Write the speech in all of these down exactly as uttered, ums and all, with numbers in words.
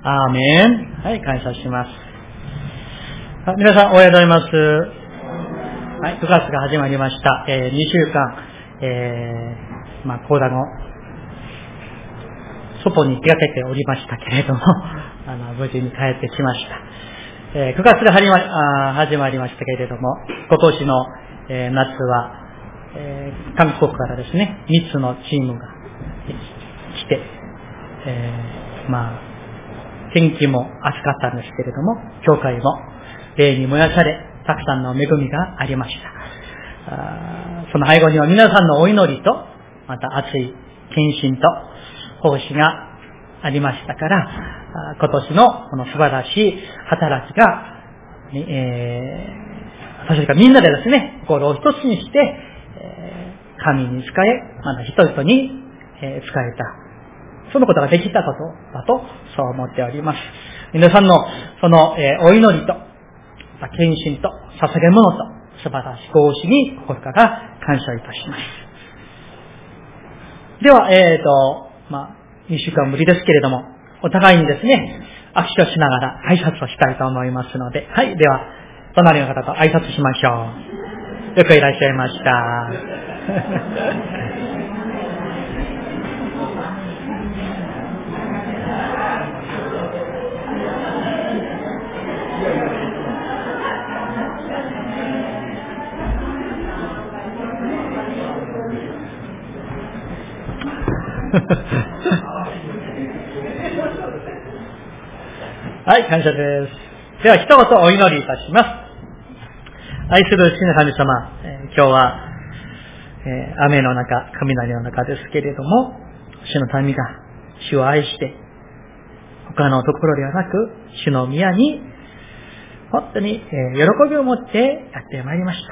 アーメン。はい、感謝します。皆さん、おはようございます。はい、くがつが始まりました。えー、にしゅうかん、えー、まあ、講談を外に出かけておりましたけれども、あの、無事に帰ってきました。えー、くがつが始まり、あ始まりましたけれども、今年の、えー、夏は、えー、韓国からですね、みっつのチームが来て、えー、まあ、天気も暑かったんですけれども、教会も霊に燃やされ、たくさんの恵みがありました。あその背後には皆さんのお祈りと、また熱い献身と奉仕がありましたから、今年のこの素晴らしい働きが、えー、私たちがみんなでですね、心を一つにして、えー、神に仕え、また人々に、えー、仕えた。そのことができたことだと、そう思っております。皆さんの、その、えー、お祈りと、献身と、捧げ物と、素晴らしい奉仕に心から感謝いたします。では、えーと、まあ、にしゅうかんぶりですけれども、お互いにですね、握手をしながら挨拶をしたいと思いますので、はい、では、隣の方と挨拶しましょう。よくいらっしゃいました。はい、感謝です。では一言お祈りいたします。愛する主の神様、えー、今日は、えー、雨の中、雷の中ですけれども、主の民が主を愛して、他のところではなく、主の宮に、本当に、えー、喜びを持ってやってまいりました。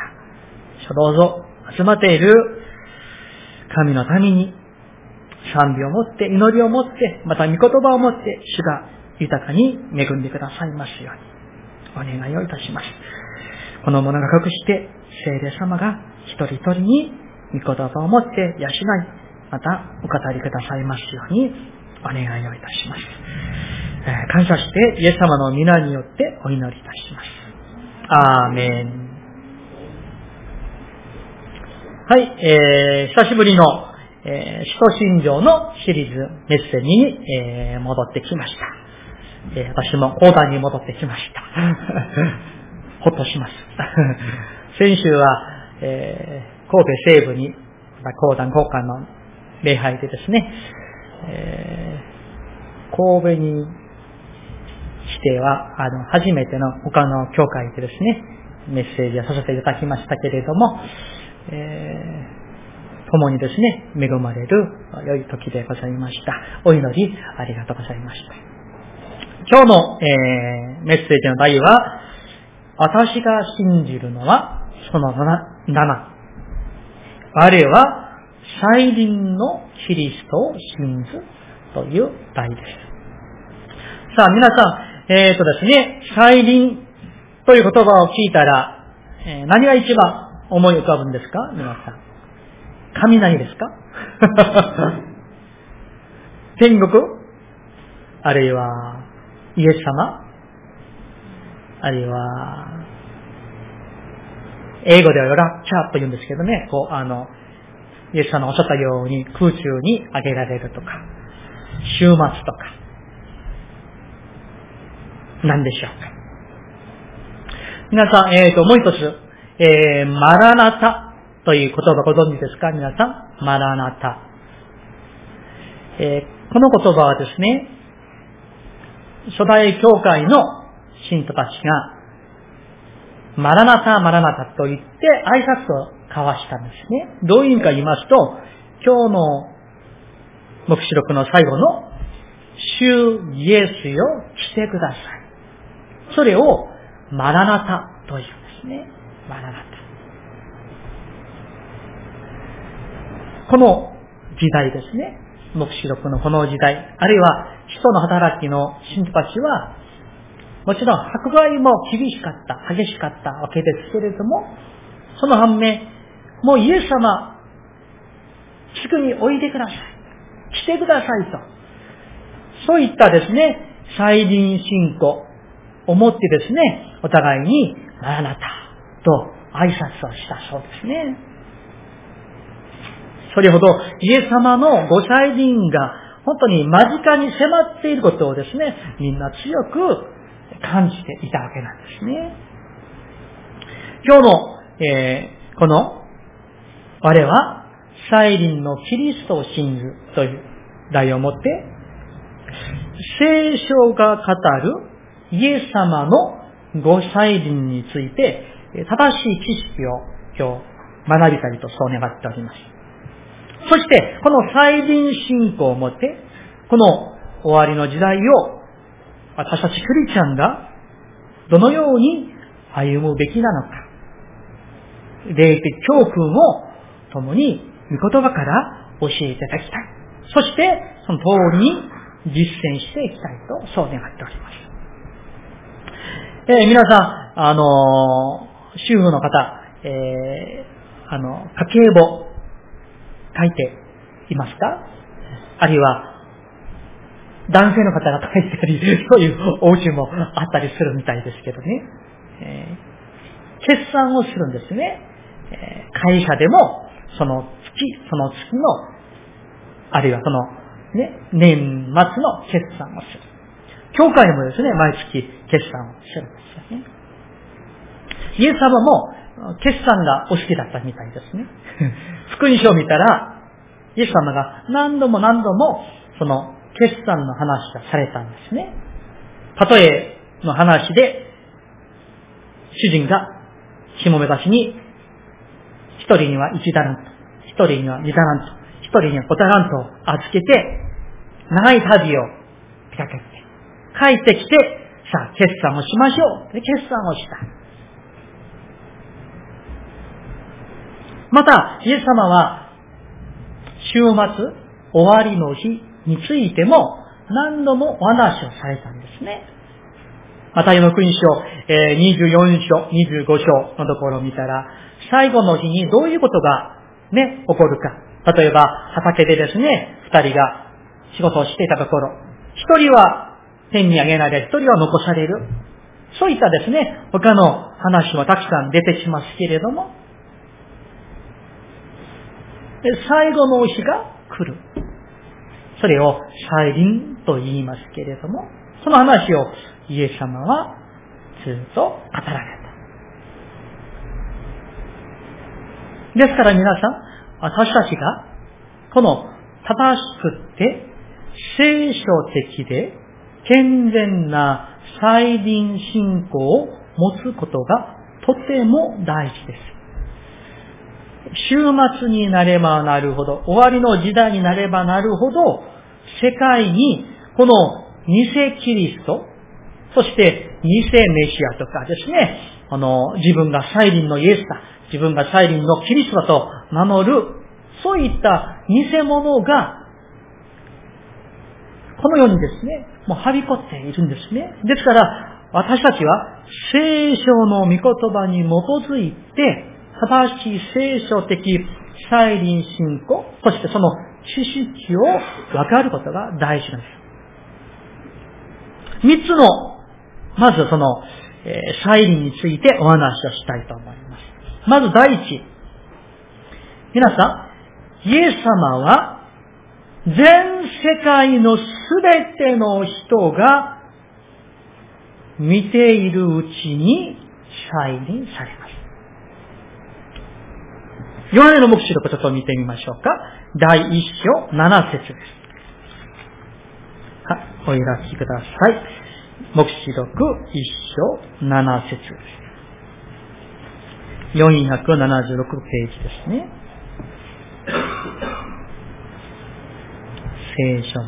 どうぞ、集まっている神の民に、賛美を持って、祈りを持って、また御言葉を持って、主が豊かに恵んでくださいますように、お願いをいたします。この者が隠して、聖霊様が一人一人に御言葉を持って養い、またお語りくださいますように、お願いをいたします。えー、感謝して、イエス様の皆によってお祈りいたします。アーメン。はい、えー、久しぶりのえー、使徒信条のシリーズメッセージに、えー、戻ってきました。えー、私も講談に戻ってきました。ほっとします。先週は、えー、神戸西部に講談交換の礼拝でですね、えー、神戸にしてはあの初めての他の教会でですね、メッセージをさせていただきましたけれども、えー共にですね、恵まれる良い時でございました。お祈りありがとうございました。今日の、えー、メッセージの題は、私が信じるのはそのなな。あるいは、再臨のキリストを信ずという題です。さあ、皆さん、えーとですね、再臨という言葉を聞いたら、えー、何が一番思い浮かぶんですか、皆さん。雷ですか天国あるいはイエス様あるいは英語ではラプチャーと言うんですけどね、こうあのイエス様のおっしゃったように空中に上げられるとか終末とか何でしょうか。皆さん、えーともう一つ、えー、マラナタという言葉ご存知ですか、皆さん。マラナタ。えー、この言葉はですね、初代教会の信徒たちが、マラナタ、マラナタと言って挨拶を交わしたんですね。どういう意味か言いますと、今日の黙示録の最後の、主イエスよ来てください。それをマラナタと言うんですね。マラナタ。この時代ですね。黙示録のこの時代、あるいは使徒の働きの信徒たちは、もちろん迫害も厳しかった、激しかったわけですけれども、その反面、もうイエス様、すぐにおいでください。来てくださいと。そういったですね、 再臨信仰を持ってですね、お互いにマラナタと挨拶をしたそうですね。それほどイエス様のご再臨が本当に間近に迫っていることをですね、みんな強く感じていたわけなんですね。今日の、えー、この我は再臨のキリストを信ずという題をもって、聖書が語るイエス様のご再臨について正しい知識を今日学びたいとそう願っております。そしてこの再臨信仰をもって、この終わりの時代を私たちクリスチャンがどのように歩むべきなのか、霊的教訓を共に御言葉から教えていただきたい。そしてその通りに実践していきたいとそう願っております。えー、皆さん、あのー、主婦の方、えー、あの家計簿書いていますか？あるいは男性の方が書いたり、そういうお家もあったりするみたいですけどね。えー、決算をするんですね。えー、会社でもその月、その月の、あるいはその、ね、年末の決算をする。教会でもですね、毎月決算をするんですよね。イエス様も決算がお好きだったみたいですね。福音書を見たら、イエス様が何度も何度もその決算の話がされたんですね。例えの話で、主人がしもべたちに、一人にはいちタラント、一人にはにタラント、一人にはごタラントを預けて、長い旅を出かけて、帰ってきて、さあ決算をしましょう。で、決算をした。また、イエス様は、週末、終わりの日についても、何度もお話をされたんですね。マタイの福音書、えー、にじゅうよん章、にじゅうご章のところを見たら、最後の日にどういうことがね、起こるか。例えば、畑でですね、二人が仕事をしていたところ、一人は天に上げられ、一人は残される。そういったですね、他の話もたくさん出てきますけれども、最後の日が来る。それを再臨と言いますけれども、その話をイエス様はずっと語られた。ですから皆さん、私たちがこの正しくって聖書的で健全な再臨信仰を持つことがとても大事です。週末になればなるほど、終わりの時代になればなるほど、世界にこの偽キリスト、そして偽メシアとかですね、あの、自分が再臨のイエスだ、自分が再臨のキリストだと名乗る、そういった偽物が、このようにですね、もうはびこっているんですね。ですから、私たちは聖書の御言葉に基づいて、正しい聖書的再臨信仰、そしてその知識を分かることが大事なんです。三つの、まずその、えー、再臨についてお話をしたいと思います。まず第一、皆さん、イエス様は全世界のすべての人が見ているうちに再臨されます。ヨハネの黙示録ちょっと見てみましょうか。だいいち章なな節です。はい、お開きください。黙示録いっ章なな節です。よんひゃくななじゅうろくページですね。聖書の、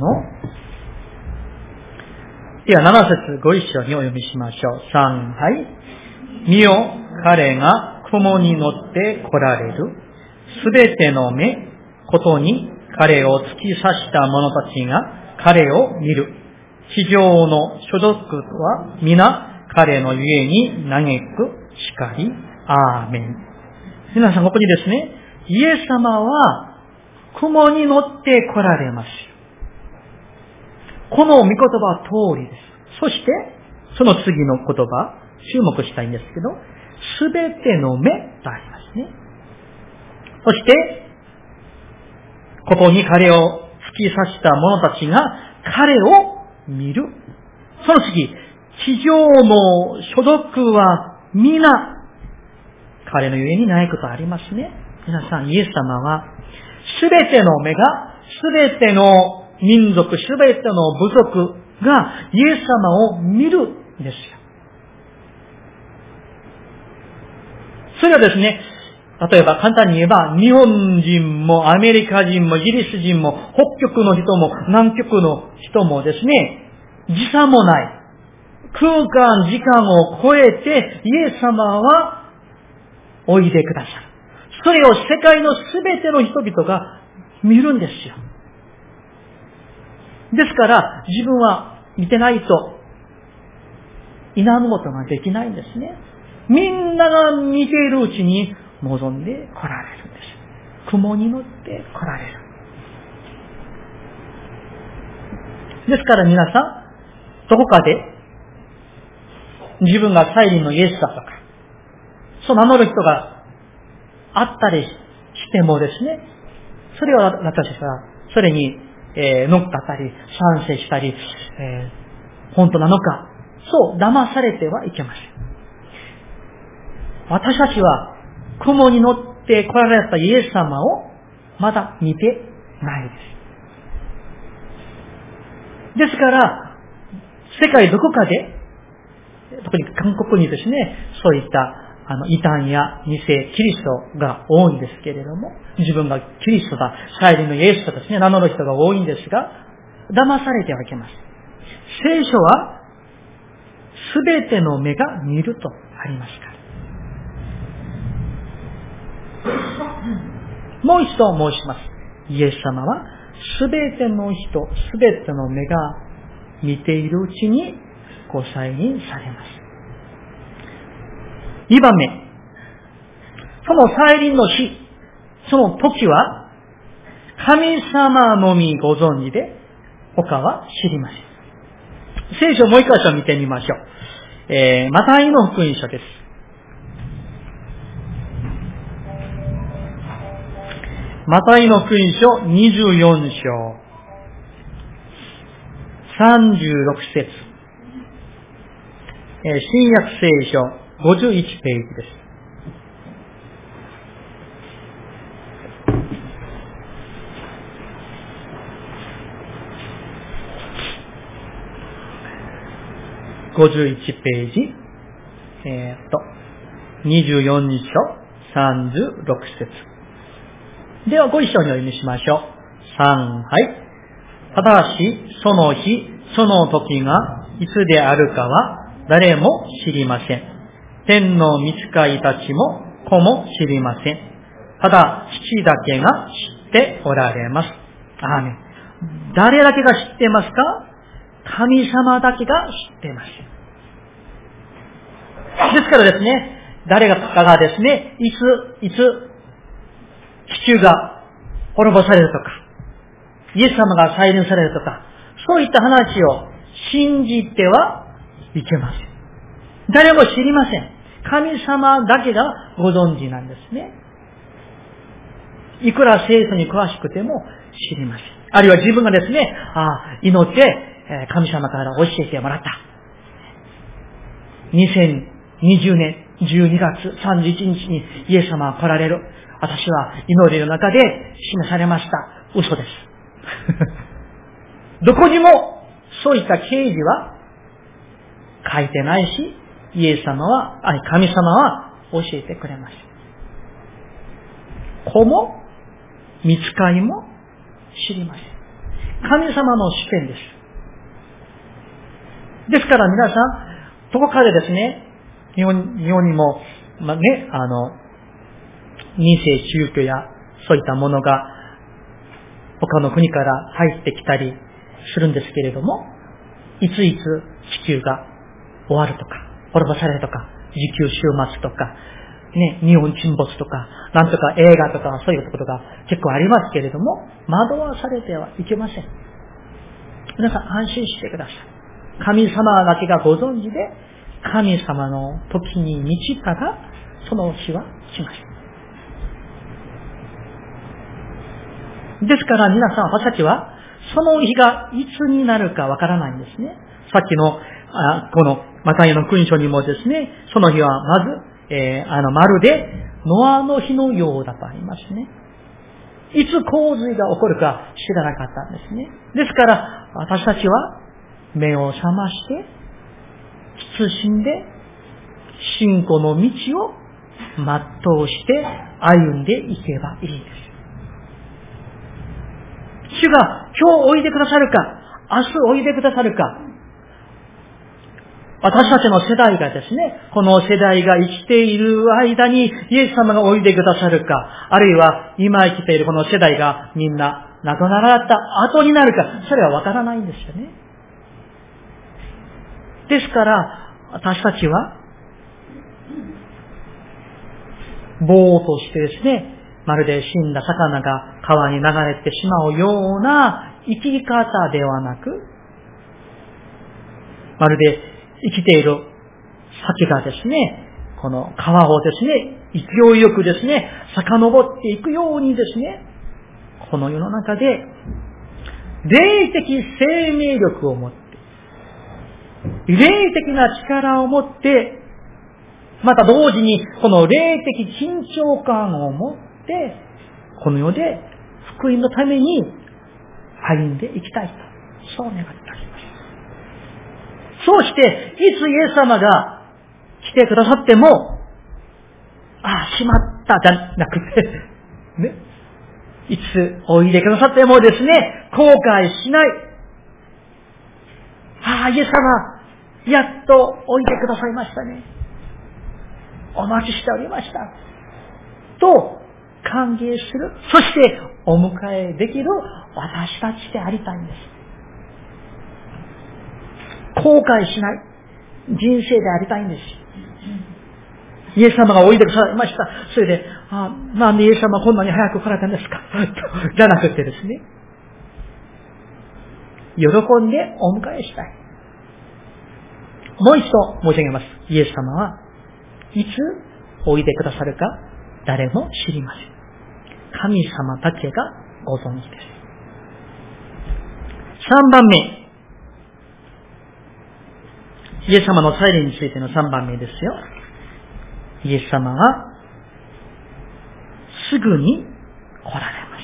ではなな節ご一緒にお読みしましょう。さん、はい。見よ、彼が雲に乗って来られる。すべての目、ことに彼を突き刺した者たちが彼を見る。地上の所属は皆彼のゆえに嘆くしかり。アーメン。皆さんここにですね、イエス様は雲に乗って来られます。この御言葉は通りです。 そして、その次の言葉、注目したいんですけど、すべての目とありますね。そして、ここに彼を突き刺した者たちが彼を見る。その次、地上も所属は皆、彼のゆえにないことありますね。皆さん、イエス様は、すべての目が、すべての民族、すべての部族がイエス様を見るんですよ。それはですね、例えば簡単に言えば、日本人もアメリカ人もイギリス人も北極の人も南極の人もですね、時差もない。空間、時間を超えてイエス様はおいでくださる。それを世界のすべての人々が見るんですよ。ですから自分は見てないと否むことができないんですね。みんなが見ているうちに望んで来られるんです。雲に乗って来られる。ですから皆さん、どこかで自分が再臨のイエスだとか、そう名乗る人があったりしてもですね、それを私たちはそれに、えー、乗っかったり、賛成したり、えー、本当なのか、そう騙されてはいけません。私たちは雲に乗って来られたイエス様をまだ見てないです。ですから、世界どこかで、特に韓国にですね、そういったあの異端や偽キリストが多いんですけれども、自分がキリストだ、再臨のイエスとですね、名乗る人が多いんですが、騙されてはいけません。聖書は、すべての目が見るとありますから。もう一度申します。イエス様は、すべての人、すべての目が見ているうちにご再臨されます。二番目。その再臨の日、その時は、神様のみご存知で、他は知りません。聖書をもう一箇所見てみましょう。えー、マタイの福音書です。マタイの福音書にじゅうよん章、さんじゅうろく節。えー、新約聖書ごじゅういちページです。ごじゅういちページ、えー、っと、にじゅうよん章、さんじゅうろく節。ではご一緒にお読みしましょう。さん、はい。ただし、その日、その時がいつであるかは誰も知りません。天の御使いたちも子も知りません。ただ、父だけが知っておられます。アーメン。誰だけが知ってますか？神様だけが知っています。ですからですね、誰かがですね、いつ、いつ、地球が滅ぼされるとか、イエス様が再臨されるとか、そういった話を信じてはいけません。誰も知りません。神様だけがご存知なんですね。いくら聖書に詳しくても知りません。あるいは自分がですね、あ祈って神様から教えてもらった。にせんにじゅうねんじゅうにがつさんじゅういちにちにイエス様は来られる。私は祈りの中で示されました。嘘です。どこにもそういった啓示は書いてないし、イエス様は、神様は教えてくれました。子も、御使いも知りません。神様の視点です。ですから皆さん、どこかでですね、日本、日本にも、まあね、あの、二世宗教やそういったものが他の国から入ってきたりするんですけれども、いついつ地球が終わるとか、滅ぼされるとか、地球終末とか、ね、日本沈没とか、なんとか映画とか、そういうことが結構ありますけれども、惑わされてはいけません。皆さん安心してください。 神様だけがご存知で、神様の時に満ちたら、その日は来ました。ですから皆さん、私たちは、その日がいつになるかわからないんですね。さっきの、あこのマタイの福音書にもですね、その日はまず、えー、あの、まるで、ノアの日のようだとありますね。いつ洪水が起こるか知らなかったんですね。ですから、私たちは、目を覚まして、謹んで、信仰の道を全うして歩んでいけばいいです。主が今日おいでくださるか、明日おいでくださるか、私たちの世代がですね、この世代が生きている間にイエス様がおいでくださるか、あるいは今生きているこの世代がみんな亡くなられた後になるか、それはわからないんですよね。ですから、私たちは、ぼーっとしてですね、まるで死んだ魚が川に流れてしまうような生き方ではなく、まるで生きている先がですね、この川をですね、勢いよくですね、遡っていくようにですね、この世の中で、霊的生命力を持って、霊的な力を持って、また同時にこの霊的緊張感を持って、この世で福音のために歩んでいきたいと、そう願っております。そうして、いつイエス様が来てくださっても、ああ、しまったじゃなくて、ね、いつおいでくださってもですね、後悔しない。ああ、イエス様、やっとおいでくださいましたね。お待ちしておりました。と、歓迎する。そして、お迎えできる私たちでありたいんです。後悔しない人生でありたいんです。イエス様がおいでくださいました。それで、あ、なんでイエス様こんなに早く来られたんですかじゃなくてですね、喜んでお迎えしたい。もう一度申し上げます。イエス様はいつおいでくださるか誰も知りません。神様だけがご存知です。三番目。イエス様の再臨についての三番目ですよ。イエス様はすぐに来られます。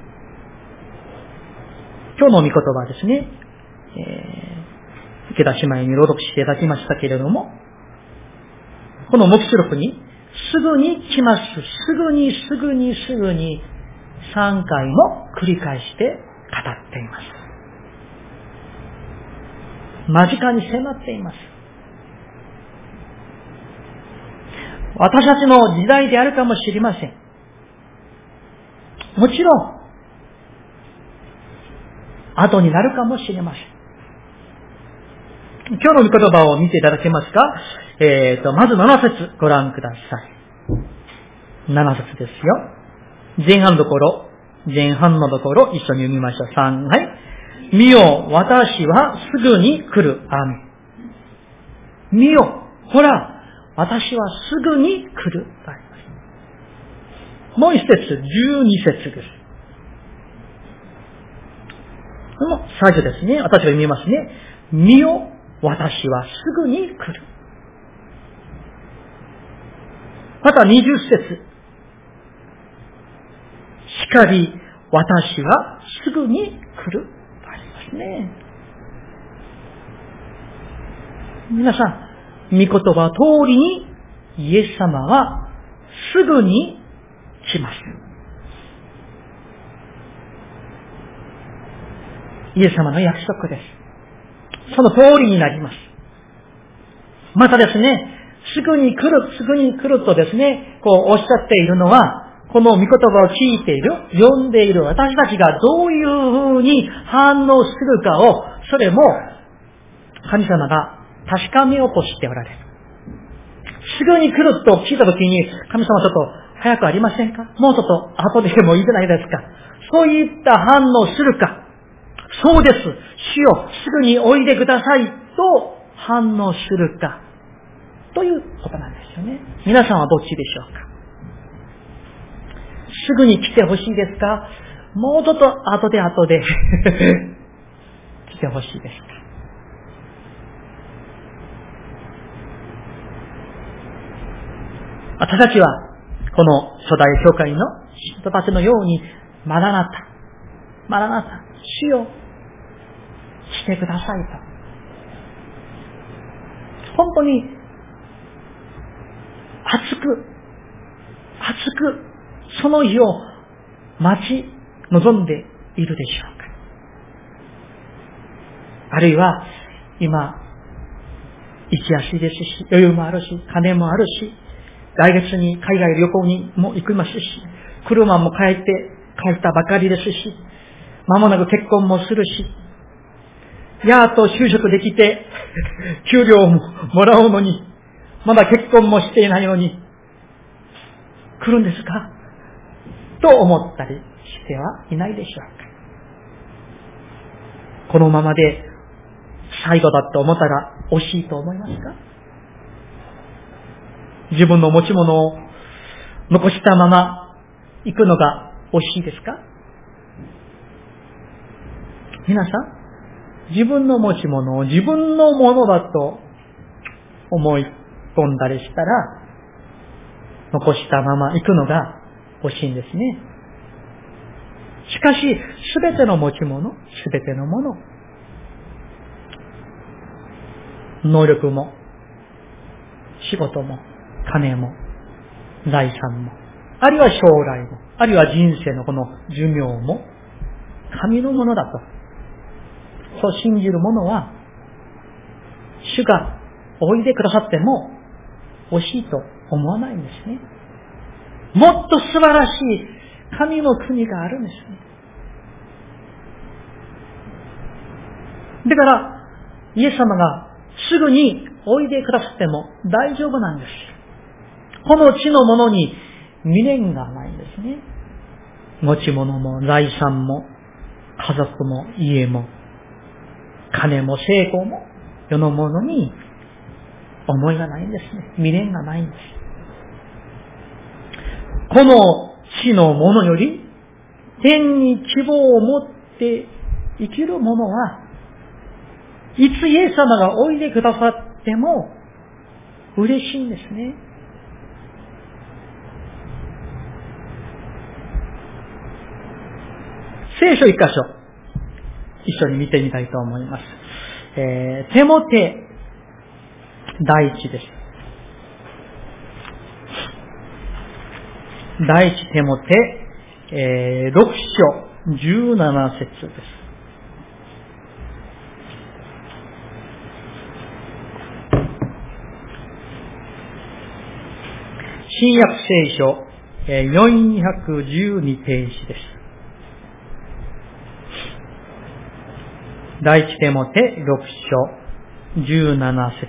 今日の御言葉ですね。えー池田姉妹に朗読していただきましたけれども、この黙示録に、すぐに来ます、すぐに、すぐに、すぐに、三回も繰り返して語っています。間近に迫っています。私たちの時代であるかもしれません。もちろん、後になるかもしれません。今日の御言葉を見ていただけますか？えっと、まずなな節ご覧ください。なな節ですよ。前半のところ、前半のところ一緒に読みましょう。さん、はい。見よ、私はすぐに来る。アーメン。見よ、ほら、私はすぐに来る。もう一節、じゅうに節です。この最初ですね。私が読みますね。見よ、私はすぐに来る。またにじゅう節。しかり、私はすぐに来る。ありますね。皆さん、御言葉通りに、イエス様はすぐに来ます。イエス様の約束です。その通りになります。またですね、すぐに来る、すぐに来るとですね、こうおっしゃっているのは、この御言葉を聞いている、読んでいる私たちがどういうふうに反応するかを、それも神様が確かめようとしておられる。すぐに来ると聞いたときに、神様ちょっと早くありませんか？もうちょっと後でもいいじゃないですか。そういった反応するか。そうです。主よ、すぐにおいでくださいと反応するかということなんですよね。皆さんはどっちでしょうか。すぐに来てほしいですか、もうちょっと後で後で来てほしいですか。私たちはこの初代教会の人たちのように、マラナタ、マラナタ、主よ来てくださいと、本当に熱く熱くその日を待ち望んでいるでしょうか。あるいは今行きやすいですし、余裕もあるし、金もあるし、来月に海外旅行にも行きますし、車も帰って帰ったばかりですし、間もなく結婚もするし、やっと就職できて給料ももらうのに、まだ結婚もしていないのに来るんですかと思ったりしてはいないでしょうか。このままで最後だと思ったら惜しいと思いますか。自分の持ち物を残したまま行くのが惜しいですか。皆さん、自分の持ち物を自分のものだと思い込んだりしたら、残したまま行くのが惜しいんですね。しかし、すべての持ち物、すべてのもの、能力も、仕事も、金も、財産も、あるいは将来も、あるいは人生のこの寿命も、神のものだと、そう信じる者は、主がおいでくださっても、惜しいと思わないんですね。もっと素晴らしい神の国があるんですね。だから、イエス様がすぐにおいでくださっても大丈夫なんです。この地のものに未練がないんですね。持ち物も財産も家族も家も金も成功も世のものに思いがないんですね。未練がないんです。この地のものより天に希望を持って生きる者はいつイエス様がおいでくださっても嬉しいんですね。聖書一箇所一緒に見てみたいと思います。えー、テモテ第一です。第一テモテ、えー、ろく章じゅうなな節です。新約聖書、えー、よんひゃくじゅうにページです。第一テモテろく章じゅうなな節。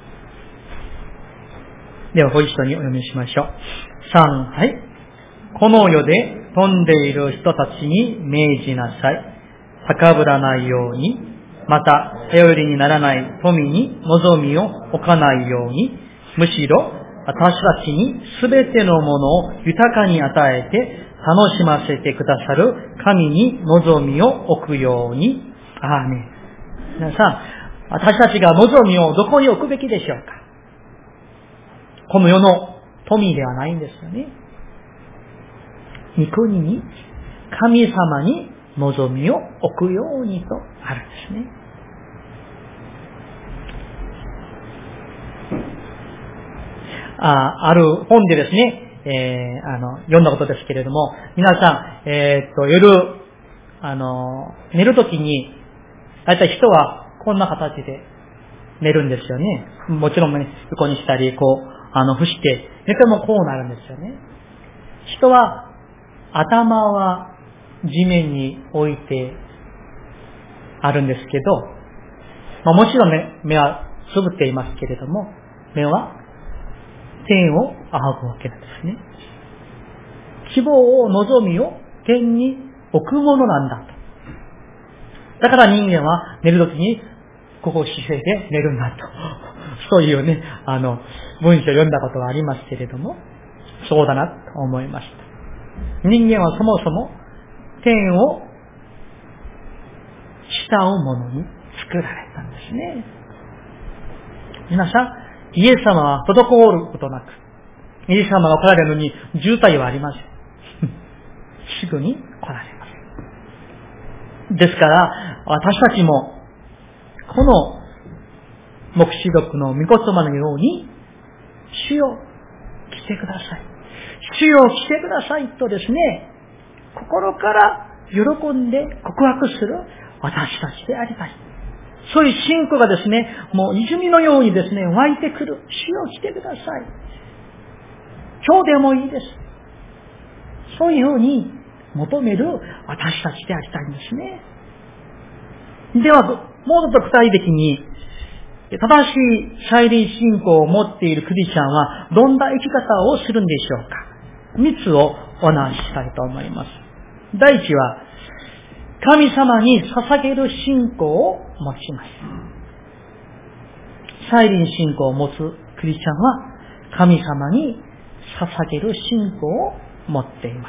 ではご一緒にお読みしましょう。さん、はい。この世で飛んでいる人たちに命じなさい。高ぶらないように、また頼りにならない富に望みを置かないように、むしろ私たちにすべてのものを豊かに与えて楽しませてくださる神に望みを置くように。アーメン。皆さん、私たちが望みをどこに置くべきでしょうか。この世の富ではないんですよね。御国に、神様に望みを置くようにとあるんですね。あ, ある本でですね、えー、あの読んだことですけれども、皆さん、えー、っと夜あの寝るときに、だいたい人はこんな形で寝るんですよね。もちろんね、横にしたり、こうあの伏して寝てもこうなるんですよね。人は頭は地面に置いてあるんですけど、まあ、もちろんね、目はつぶっていますけれども、目は天を仰ぐわけなんですね。希望を望みを天に置くものなんだと。だから人間は寝るときにここ姿勢で寝るんだと。そういうね、あの、文章を読んだことがありますけれども、そうだなと思いました。人間はそもそも天を慕うものに作られたんですね。皆さん、イエス様は滞ることなく、イエス様が来られるのに渋滞はありません。すぐに来られます。ですから、私たちも、この黙示録の御言葉のように、主よ来てください。主よ来てくださいとですね、心から喜んで告白する私たちでありたい。そういう信仰がですね、もう泉のようにですね、湧いてくる。主よ来てください。今日でもいいです。そういうふうに求める私たちでありたいんですね。では、もうちょっと具体的に、正しい再臨信仰を持っているクリスチャンはどんな生き方をするんでしょうか。三つをお話ししたいと思います。第一は、神様に捧げる信仰を持ちます。再臨信仰を持つクリスチャンは神様に捧げる信仰を持っています。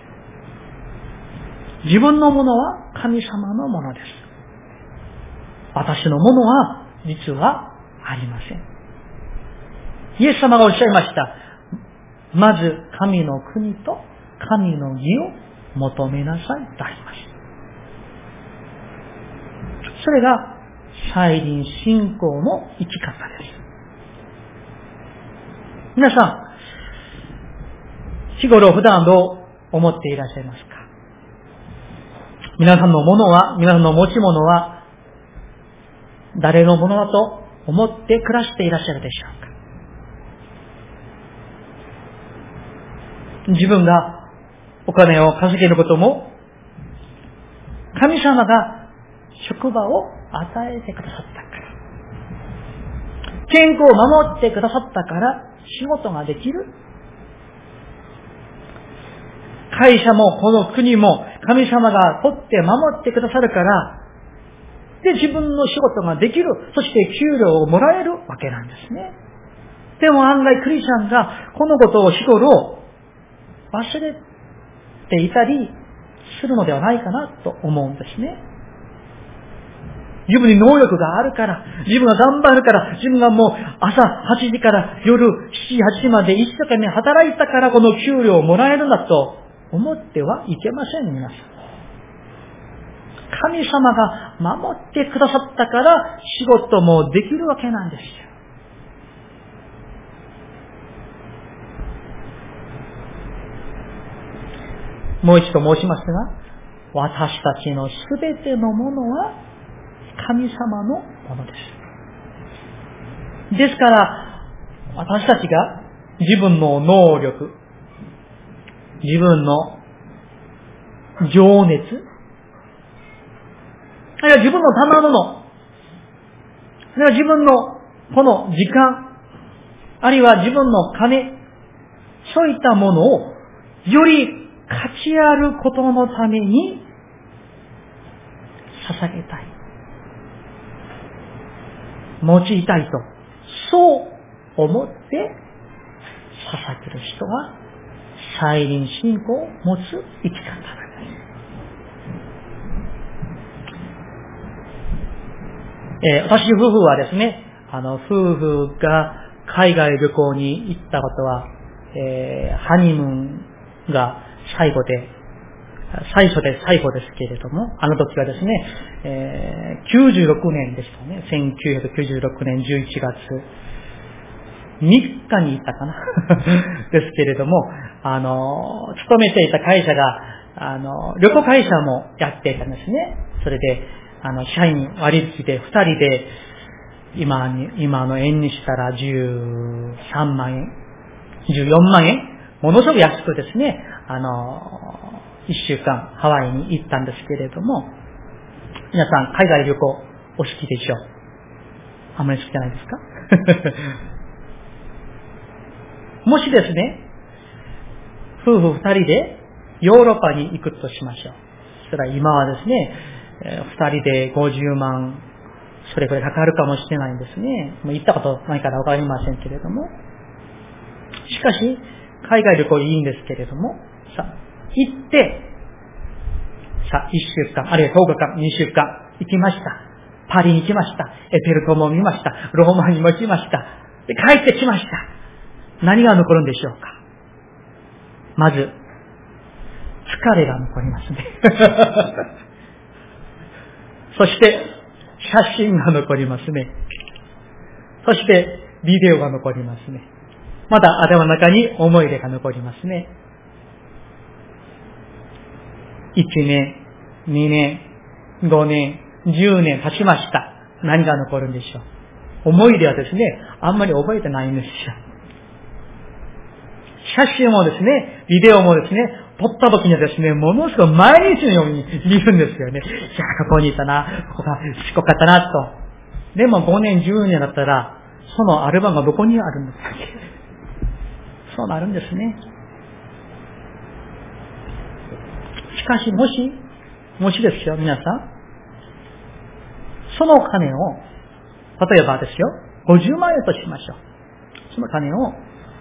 自分のものは神様のものです。私のものは実はありません。イエス様がおっしゃいました。まず神の国と神の義を求めなさいとあります。それが再臨信仰の生き方です。皆さん、日頃普段どう思っていらっしゃいますか？皆さんのものは、皆さんの持ち物は誰のものだと思って暮らしていらっしゃるでしょうか？自分がお金を稼げることも神様が職場を与えてくださったから、健康を守ってくださったから仕事ができる。会社もこの国も神様が取って守ってくださるから、で自分の仕事ができる。そして給料をもらえるわけなんですね。でも案外クリスチャンがこのことを日頃忘れていたりするのではないかなと思うんですね。自分に能力があるから、自分が頑張るから、自分がもう朝はちじから夜しち、はちじまで一生懸命働いたからこの給料をもらえるんだと思ってはいけません、皆さん。神様が守ってくださったから仕事もできるわけなんですよ。もう一度申しますが、私たちのすべてのものは神様のものです。ですから、私たちが自分の能力、自分の情熱、あるいは自分の賜物、あるいは自分のこの時間、あるいは自分の金、そういったものをより価値あることのために捧げたい。用いたいと、そう思って捧げる人は再臨信仰を持つ生き方なんです。えー、私夫婦はですね、あの夫婦が海外旅行に行ったことは、えー、ハニムーンが最後で最初で最後ですけれども、あの時はですね、えー、きゅうじゅうろくねんでしたね。せんきゅうひゃくきゅうじゅうろくねんじゅういちがつみっかに行ったかなですけれども、あの勤めていた会社があの旅行会社もやっていたんですね。それであの社員割引でふたりで今に今の円にしたらじゅうさんまんえん、じゅうよんまんえん、ものすごく安くですね、あの一週間ハワイに行ったんですけれども、皆さん海外旅行お好きでしょう？あんまり好きじゃないですか？もしですね、夫婦二人でヨーロッパに行くとしましょう。そしたら今はですね、二人でごじゅうまん、 それくらいかかるかもしれないんですね。もう行ったことないからわかりませんけれども。しかし、海外旅行いいんですけれども、さ、行って、さ、いっしゅうかん、あるいはとおかかん、にしゅうかん、行きました。パリに行きました。エッフェル塔も見ました。ローマにも行きました。で、帰ってきました。何が残るんでしょうか。まず、疲れが残りますね。そして、写真が残りますね。そして、ビデオが残りますね。また、頭の中に思い出が残りますね。いちねん、にねん、ごねん、じゅうねん経ちました。何が残るんでしょう。思い出はですね、あんまり覚えてないんですよ。写真もですね、ビデオもですね、撮った時にはですね、ものすごく毎日のように見るんですよね。いや、ここにいたな、ここがすごかったな、と。でもごねん、じゅうねんだったら、そのアルバムがどこにあるんですか。そうなるんですね。しかし、もし、もしですよ、皆さん。その金を、例えばですよ、ごじゅうまんえんとしましょう。その金を、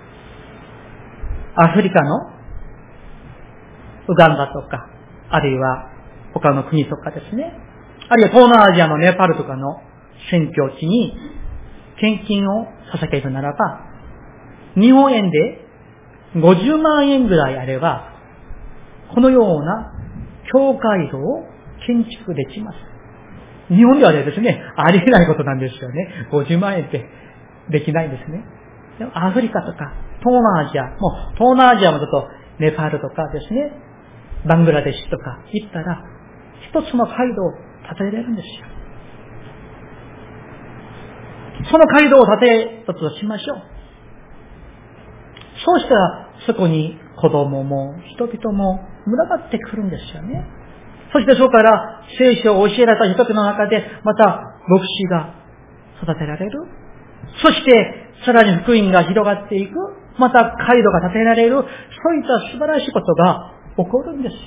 アフリカのウガンダとか、あるいは他の国とかですね、あるいは東南アジアのネパールとかの宣教地に献金を捧げるならば、日本円でごじゅうまんえんぐらいあれば、このような教会堂を建築できます。日本ではですね、ありえないことなんですよね。ごじゅうまんえんってできないんですね。でもアフリカとか、東南アジア、もう東南アジアもちょっとネパールとかですね、バングラデシュとか行ったら、一つの街道を建てれるんですよ。その街道を建てたとしましょう。そうしたら、そこに子供も人々も群がってくるんですよね。そしてそこから聖書を教えられた人たちの中で、また牧師が育てられる。そして、さらに福音が広がっていく。また街道が建てられる。そういった素晴らしいことが起こるんですよ。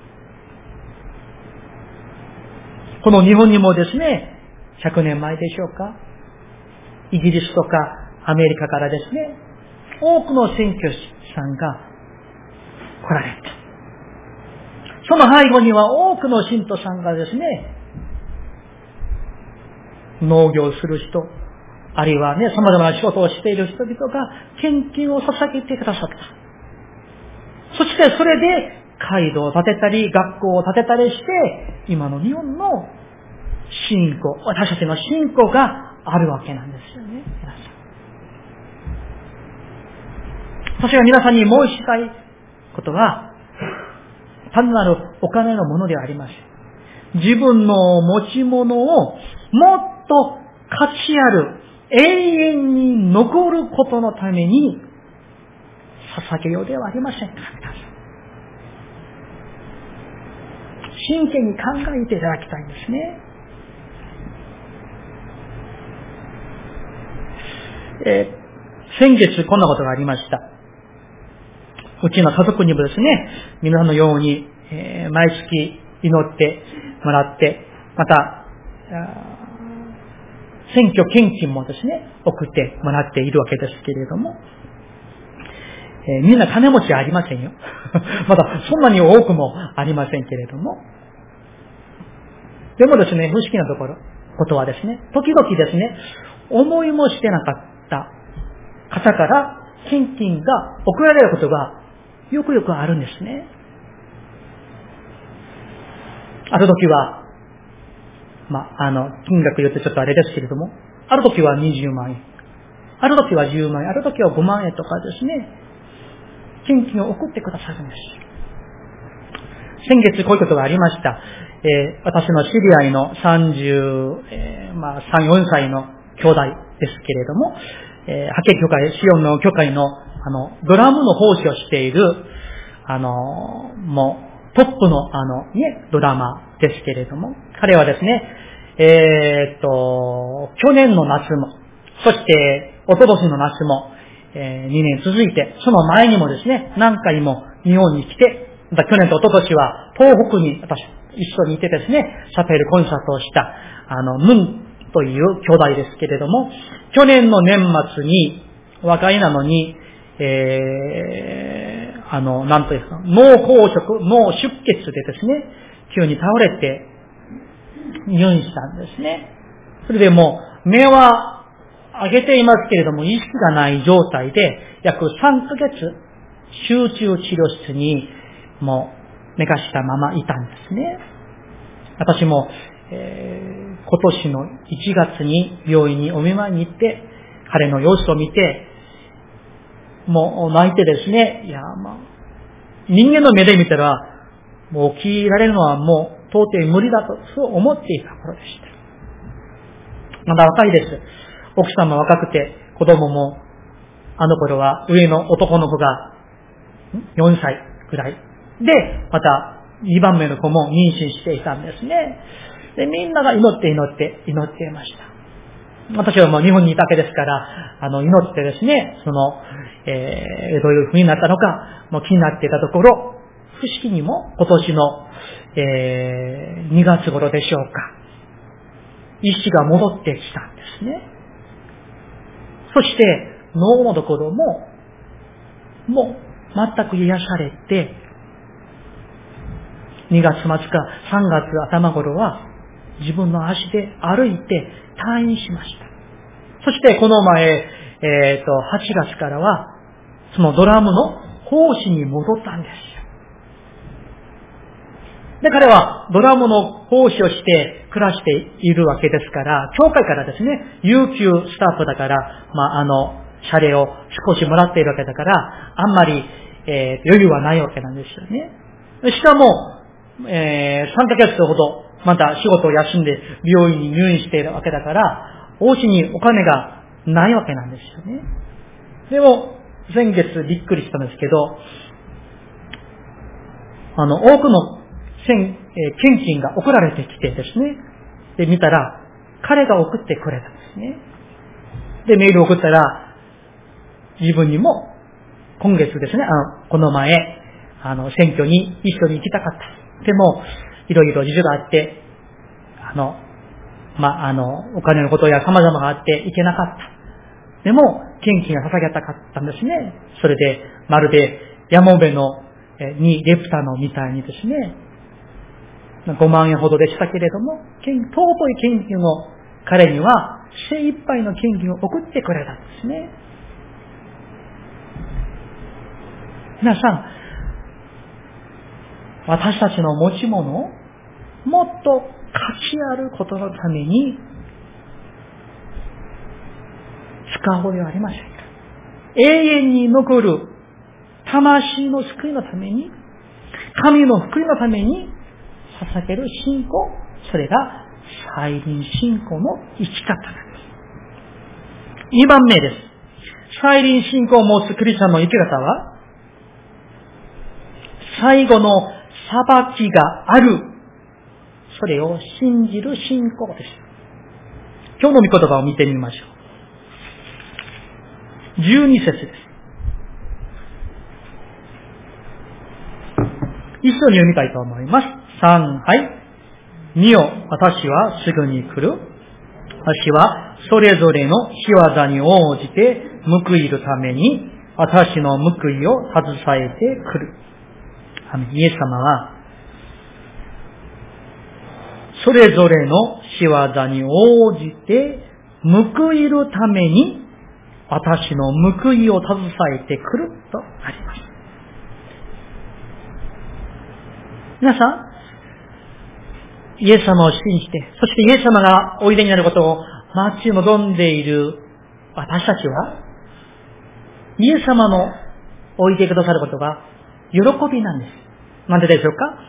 この日本にもですね、ひゃくねんまえでしょうか。イギリスとかアメリカからですね、多くの宣教師さんが来られた。その背後には多くの信徒さんがですね、農業する人、あるいはね、様々な仕事をしている人々が献金を捧げてくださった。そしてそれで街道を建てたり、学校を建てたりして、今の日本の信仰、私たちの信仰があるわけなんですよね、皆さん。私が皆さんに申したいことは、単なるお金のものではありません。自分の持ち物をもっと価値ある、永遠に残ることのために捧げようではありませんか、皆さん。真剣に考えていただきたいんですね。えー、先月こんなことがありました。うちの家族にもですね、皆さんのように、えー、毎月祈ってもらって、また、選挙献金もですね、送ってもらっているわけですけれども、えー、みんな金持ちはありませんよ。まだそんなに多くもありませんけれども、でもですね、不思議なところ、ことはですね、時々ですね、思いもしてなかった方から献金が送られることがよくよくあるんですね。ある時は、まあ、あの、金額言ってちょっとあれですけれども、ある時はにじゅうまんえん、ある時はじゅうまんえん、ある時はごまんえんとかですね、献金を送ってくださるんです。先月こういうことがありました。えー、私の知り合いのさんじゅう、えー、まあ、さん、よんさいの兄弟ですけれども、えー、派遣教会、シオンの教会の、あの、ドラムの奉仕をしている、あの、もう、トップの、あの、ね、ドラマーですけれども、彼はですね、えー、っと、去年の夏も、そして、一昨年の夏も、えー、にねん続いて、その前にもですね、何回も日本に来て、また去年と一昨年は東北に私一緒にいてですね、シャペルコンサートをした、あの、ムンという兄弟ですけれども、去年の年末に、若いなのに、えー、あの、なんというか、脳梗塞、脳出血でですね、急に倒れて入院したんですね。それでもう、目は上げていますけれども、意識がない状態で、約さんかげつ、集中治療室に、もう、寝かしたままいたんですね。私も、えー、今年のいちがつに病院にお見舞いに行って、彼の様子を見て、もう泣いてですね、いや、まあ、人間の目で見たら、もう起きられるのはもう到底無理だと、そう思っていた頃でした。まだ若いです。奥様若くて、子供も、あの頃は上の男の子がよんさいくらい。で、またにばんめの子も妊娠していたんですね。で、みんなが祈って祈って祈っていました。私はもう日本にいたわけですから、あの、祈ってですね、その、えー、どういう風になったのか、もう気になっていたところ、不思議にも今年の、えー、にがつ頃でしょうか、意識が戻ってきたんですね。そして、脳のところも、もう全く癒されて、にがつ末かさんがつ頭頃は、自分の足で歩いて退院しました。そしてこの前、えっと、はちがつからは、そのドラムの講師に戻ったんですよ。で、彼はドラムの講師をして暮らしているわけですから、教会からですね、有給スタッフだから、まあ、あの、謝礼を少しもらっているわけだから、あんまり、えー、余裕はないわけなんですよね。しかも、えー、さんかげつほど、また仕事を休んで病院に入院しているわけだから、お家にお金がないわけなんですよね。でも、先月びっくりしたんですけど、あの、多くの献金が送られてきてですね、で、見たら、彼が送ってくれたんですね。で、メールを送ったら、自分にも、今月ですね、あの、この前、あの、選挙に一緒に行きたかった。でも、いろいろ事情があって、あの、まあ、あの、お金のことや様々があって行けなかった。でも、献金が捧げたかったんですね。それで、まるで、山辺の、えにレプタのみたいにですね、ごまんえんほどでしたけれども、尊い献金を、彼には精一杯の献金を送ってくれたんですね。皆さん、私たちの持ち物をもっと価値あることのために使うのではありませんか。永遠に残る魂の救いのために、神の福音のために捧げる信仰、それが再臨信仰の生き方なんです。にばんめです。再臨信仰を持つクリスチャンの生き方は、最後の裁きがある、それを信じる信仰です。今日の御言葉を見てみましょう。じゅうに節です。一緒に読みたいと思います。さん、はい。見よ、私はすぐに来る。私はそれぞれの仕業に応じて報いるために、私の報いを携えてくる。イエス様は、それぞれの仕業に応じて報いるために、私の報いを携えてくるとあります。皆さん、イエス様を信じて、そしてイエス様がおいでになることを待ち望んでいる私たちは、イエス様のおいでくださることが喜びなんです。なんででしょうか？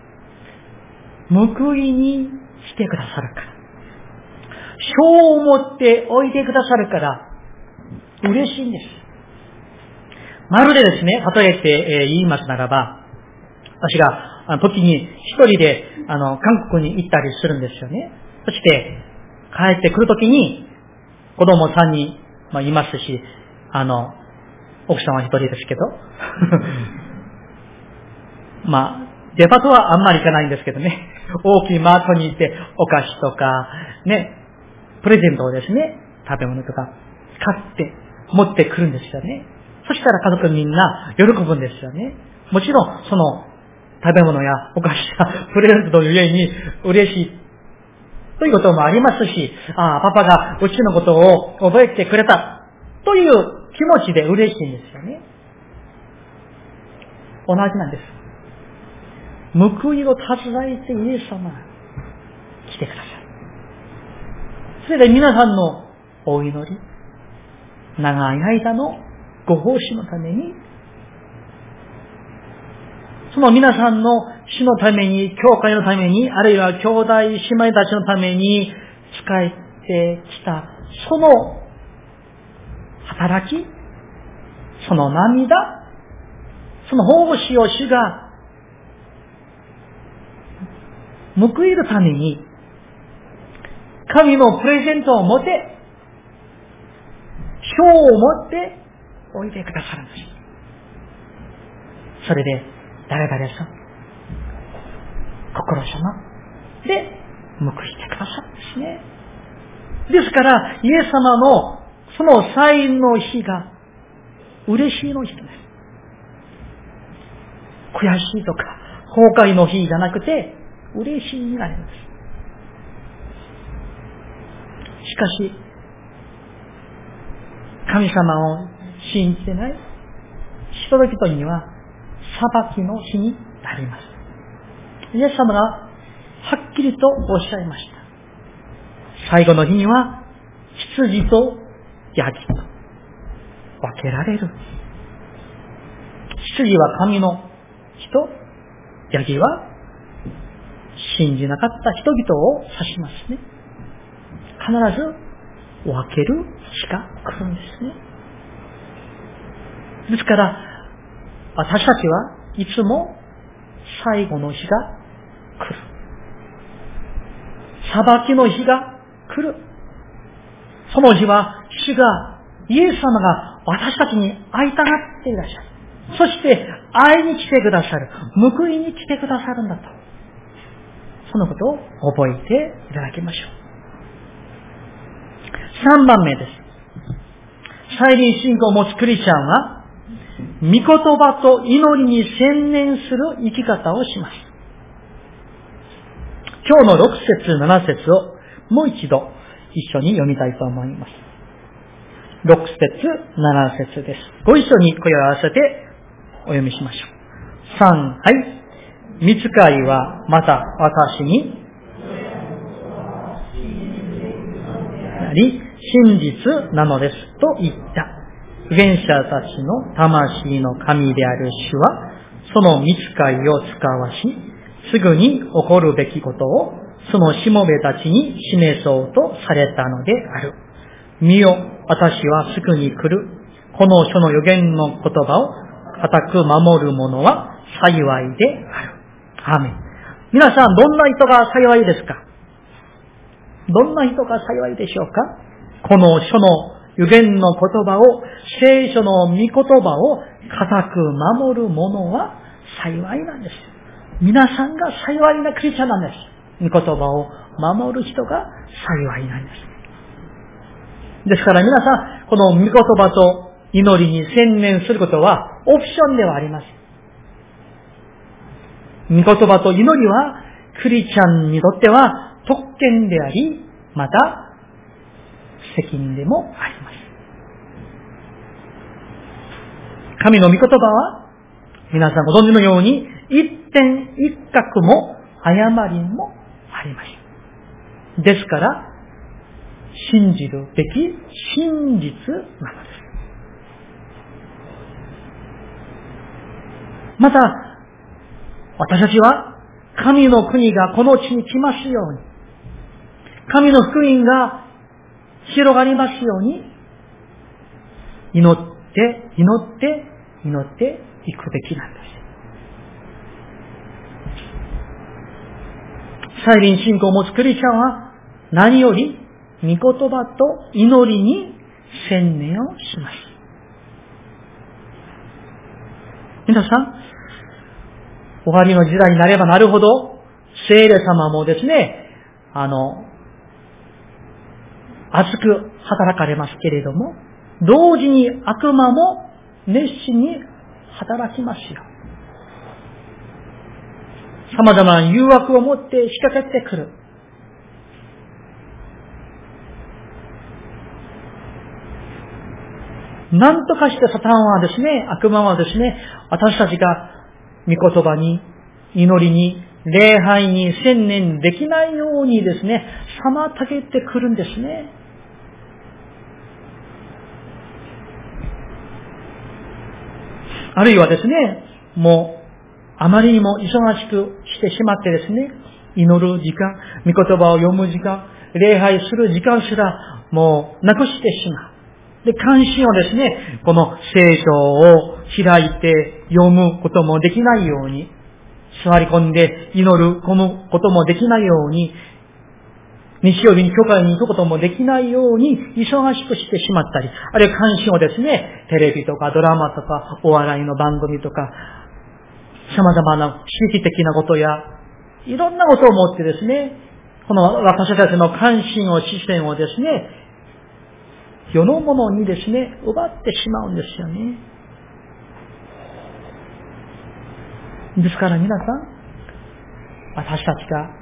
報いに来てくださるから。賞を持っておいでくださるから嬉しいんです。まるでですね、例えて言いますならば、私があの時に一人であの韓国に行ったりするんですよね。そして帰ってくる時に子供さんにん、まあ、いますし、あの奥さんは一人ですけどまあデパートはあんまり行かないんですけどね、大きいマートに行ってお菓子とかね、 プレゼントをですね、食べ物とか買って持ってくるんですよね。そしたら家族みんな喜ぶんですよね。もちろん、その食べ物やお菓子やプレゼントのゆえに嬉しいということもありますし、ああ、パパがうちのことを覚えてくれたという気持ちで嬉しいんですよね。同じなんです。報いを携えてイエス様が来てください。それで皆さんのお祈り、長い間のご奉仕のために、その皆さんの死のために、教会のために、あるいは兄弟姉妹たちのために使えてきた、その働き、その涙、その奉仕を主が報いるために、神のプレゼントを持って、賞を持っておいてくださるんです。それで、誰々さん、心様で報いてくださるんですね。ですから、イエス様のその祭の日が嬉しいの日です。悔しいとか、崩壊の日じゃなくて、嬉しいになります。しかし、神様を信じてない人々には裁きの日になります。イエス様がはっきりとおっしゃいました。最後の日には羊とヤギと分けられる。羊は神の人、ヤギは信じなかった人々を指しますね。必ず分ける日が来るんですね。ですから、私たちはいつも最後の日が来る。裁きの日が来る。その日は主が、イエス様が私たちに会いたがっていらっしゃる。そして会いに来てくださる。報いに来てくださるんだと。そのことを覚えていただきましょう。さんばんめです。再臨信仰を持つクリスチャンは、御言葉と祈りに専念する生き方をします。今日のろく節なな節をもう一度一緒に読みたいと思います。ろく節なな節です。ご一緒に声を合わせてお読みしましょう。さん、はい。御使いはまた私になり真実なのですと言った。預言者たちの魂の神である主は、その御使いを使わし、すぐに起こるべきことを、そのしもべたちに示そうとされたのである。見よ、私はすぐに来る。この書の預言の言葉を固く守る者は幸いである。アーメン。皆さん、どんな人が幸いですか？どんな人が幸いでしょうか？この書の預言の言葉を、聖書の御言葉を固く守る者は幸いなんです。皆さんが幸いなクリスチャンなんです。御言葉を守る人が幸いなんです。ですから皆さん、この御言葉と祈りに専念することはオプションではありません。御言葉と祈りはクリスチャンにとっては特権であり、また責任でもあります。神の御言葉は皆さんご存知のように一点一角も誤りもありません。ですから信じるべき真実なのです。また私たちは神の国がこの地に来ますように、神の福音が広がりますように、祈って、祈って、祈っていくべきなんです。再臨信仰を持つクリスチャンは何より御言葉と祈りに専念をします。皆さん、終わりの時代になればなるほど、聖霊様もですね、あの、 熱く働かれますけれども、同時に悪魔も熱心に働きますよ。様々な誘惑を持って仕掛けてくる。なんとかしてサタンはですね、悪魔はですね、私たちが御言葉に、祈りに、礼拝に専念できないようにですね、妨げてくるんですね。あるいはですね、もう、あまりにも忙しくしてしまってですね、祈る時間、御言葉を読む時間、礼拝する時間すらもうなくしてしまう。で、関心をですね、この聖書を開いて読むこともできないように、座り込んで祈る、込むこともできないように、日曜日に教会に行くこともできないように忙しくしてしまったり、あるいは関心をですね、テレビとかドラマとかお笑いの番組とか、様々な刺激的なことや、いろんなことをもってですね、この私たちの関心を、視線をですね、世のものにですね、奪ってしまうんですよね。ですから皆さん、私たちが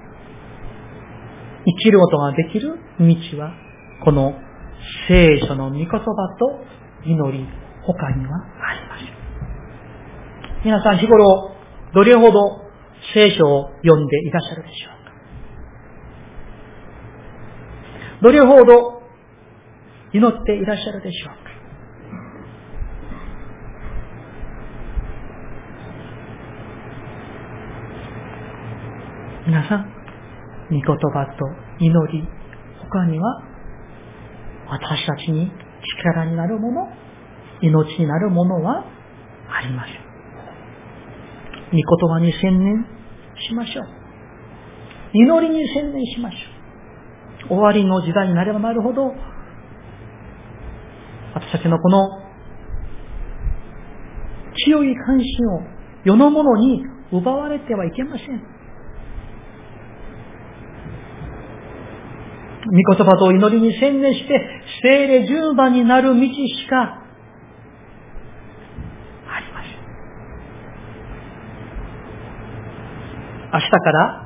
生きることができる道は、この聖書の御言葉と祈り、他にはありません。皆さん日頃、どれほど聖書を読んでいらっしゃるでしょうか。どれほど祈っていらっしゃるでしょうか。皆さん、御言葉と祈り、他には私たちに力になるもの、命になるものはありません。御言葉に専念しましょう。祈りに専念しましょう。終わりの時代になればなるほど、私たちのこの強い関心を世のものに奪われてはいけません。御言葉と祈りに専念して聖霊十番になる道しかありません。明日から、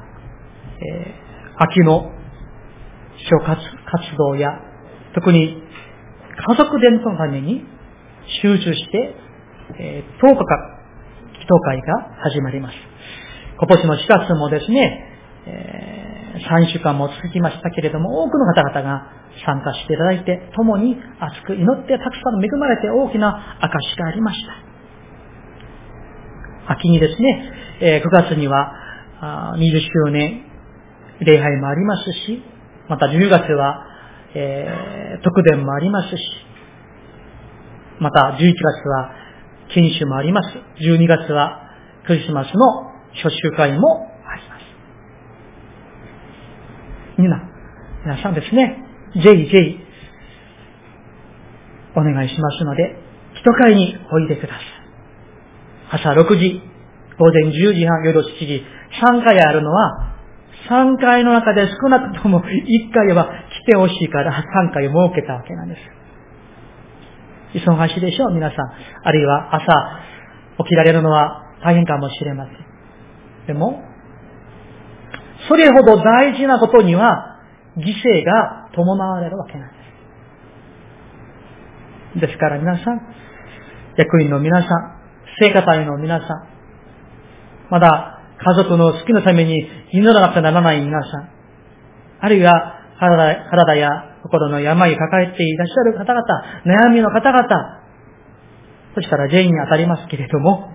えー、秋の諸活活動や特に家族伝統のために集中して、えー、とおかかん祈祷会が始まります。今年のしがつもですね、えー、さんしゅうかんも続きましたけれども、多くの方々が参加していただいて、共に熱く祈ってたくさん恵まれて大きな証がありました。秋にですね、えー、くがつにはにじゅっしゅうねん礼拝もありますし、またじゅうがつは、えー、特典もありますし、またじゅういちがつは研修もあります。じゅうにがつはクリスマスの初週会もあります。みんな、皆さんですね、ぜひぜひお願いしますので、祈祷会においでください。朝ろくじ、午前じゅうじはん、夜しちじ、さんかいあるのは、さんかいの中で少なくともいっかいは来てほしいからさんかい設けたわけなんです。忙しいでしょう、皆さん。あるいは朝起きられるのは大変かもしれません。でも、それほど大事なことには犠牲が伴われるわけなんです。ですから皆さん、役員の皆さん、聖歌隊の皆さん、まだ家族の好きのために祈らなくてならない皆さん、あるいは体、体や心の病を抱えていらっしゃる方々、悩みの方々、そしたら全員に当たりますけれども、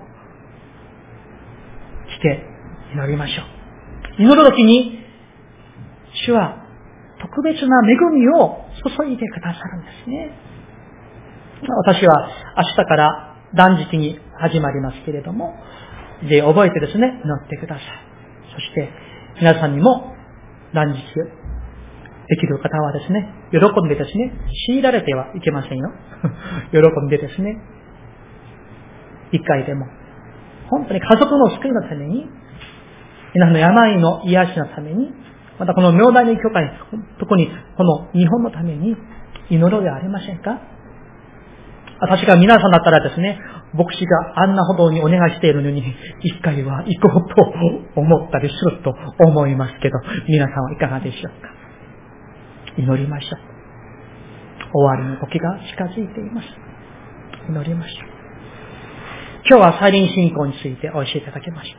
来て祈りましょう。祈るときに、主は特別な恵みを注いでくださるんですね。私は明日から断食に始まりますけれども、ぜひ覚えてですね、祈ってください。そして皆さんにも断食できる方はですね、喜んでですね、強いられてはいけませんよ。喜んでですね、一回でも、本当に家族の救いのために、皆さんの病の癒しのために、 またこの明大の教会、特にこの日本のために祈ろうではありませんか？確か皆さんだったらですね、牧師があんなほどにお願いしているのに、一回は行こうと思ったりすると思いますけど、皆さんはいかがでしょうか？祈りましょう。終わりの時が近づいています。祈りましょう。今日は再臨信仰についてお教えいただきました。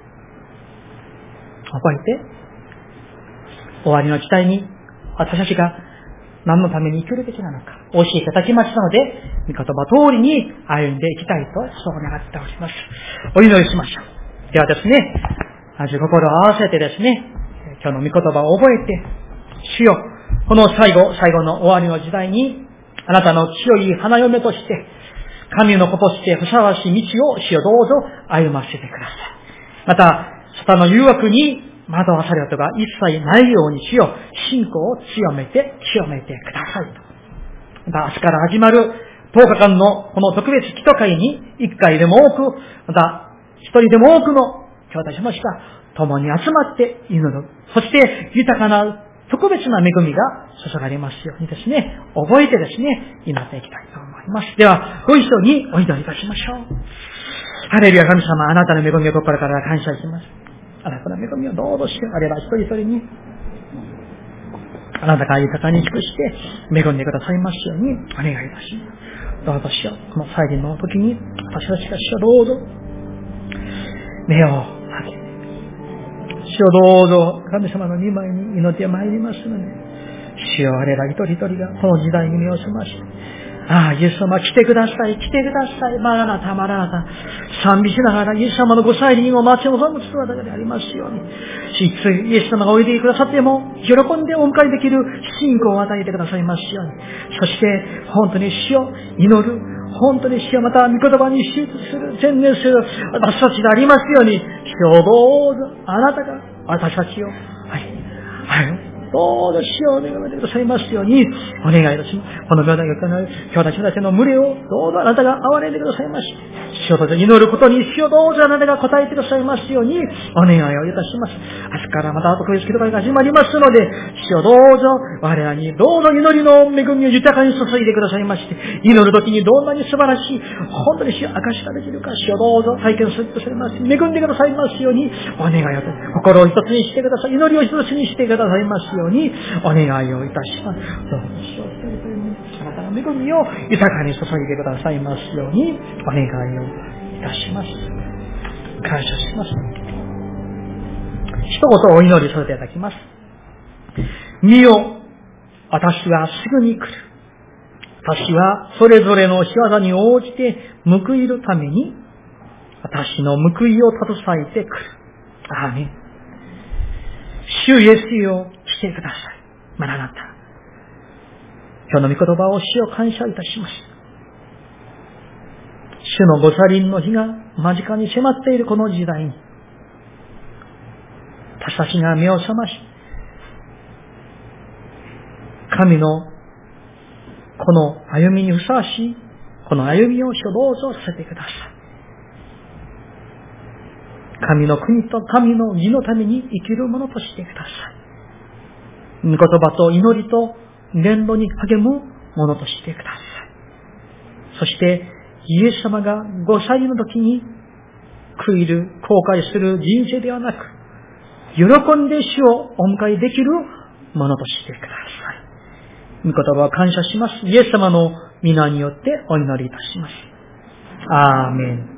覚えて、終わりの時代に私たちが何のために生きるべきなのかお教えいただきましたので、御言葉通りに歩んでいきたいとそう願っております。お祈りしましょう。ではですね、まず心を合わせてですね、今日の御言葉を覚えて、主よ、この最後、最後の終わりの時代に、あなたの強い花嫁として、神の子としてふさわしい道を主よどうぞ歩ませてください。また、サタンの誘惑に惑わされることが一切ないように主よ、信仰を強めて、強めてくださいと。また、明日から始まるとおかかんのこの特別祈祷会に一回でも多く、また一人でも多くの兄弟姉妹が共に集まって祈る。そして豊かな特別な恵みが注がれますようにですね、覚えてですね、祈っていきたいと思います。では、ご一緒にお祈りいたしましょう。ハレルヤ神様、あなたの恵みを心から感謝します。あなたの恵みをどうぞしあれば一人一人に、あなたが豊かに尽くして恵んでくださいますようにお願いいたします。どうぞしよう。この再臨の時に、私たちがしようどうぞ、目を開けて、主よどうぞ神様の御前に祈ってまいりますので、主よ我ら一人一人がこの時代に目を覚まして、ああ、イエス様来てください、来てください、まらなたまらなた、賛美しながらイエス様のご再臨を待ち望む姿でありますように、いつイエス様がおいでくださっても喜んでお迎えできる信仰を与えてくださいますように、そして本当に主を祈る、本当に主をまた御言葉に集中する、専念する私たちでありますように、主をどうぞあなたが私たちを、はい、はい、どうぞ主を願ってくださいますようにお願いいたします。この兄弟が兄弟姉妹の群れをどうぞあなたが憐れんでくださいまし。主をどうぞ祈ることに主をどうぞあなたが答えてくださいますようにお願いをいたします。明日からまた特別祈祷会が始まりますので、主をどうぞ我らにどうぞ祈りの恵みを豊かに注いでくださいまして、祈るときにどんなに素晴らしい本当に主を証しができるか、主をどうぞ体験するとされます。恵んでくださいますようにお願いをいたします。心を一つにしてください。祈りを一つにしてくださいますようにお願いをいたします。どうぞ主を一人一人にあなたの恵みを豊かに注いでくださいますようにお願いをいたします。感謝します。一言お祈りさせていただきます。見よ、私はすぐに来る。私はそれぞれの仕業に応じて報いるために私の報いを携えてくる。アーメン。主イエスよ、来てください。マラナタ。今日の御言葉を主を感謝いたします。主のご再臨の日が間近に迫っているこの時代に、私たちが目を覚まし、神のこの歩みにふさわしい、この歩みを主どうぞさせてください。神の国と神の義のために生きるものとしてください。御言葉と祈りと伝道に励むものとしてください。そしてイエス様がご再臨の時に悔いる、後悔する人生ではなく、喜んで主をお迎えできるものとしてください。御言葉を感謝します。イエス様の皆によってお祈りいたします。アーメン。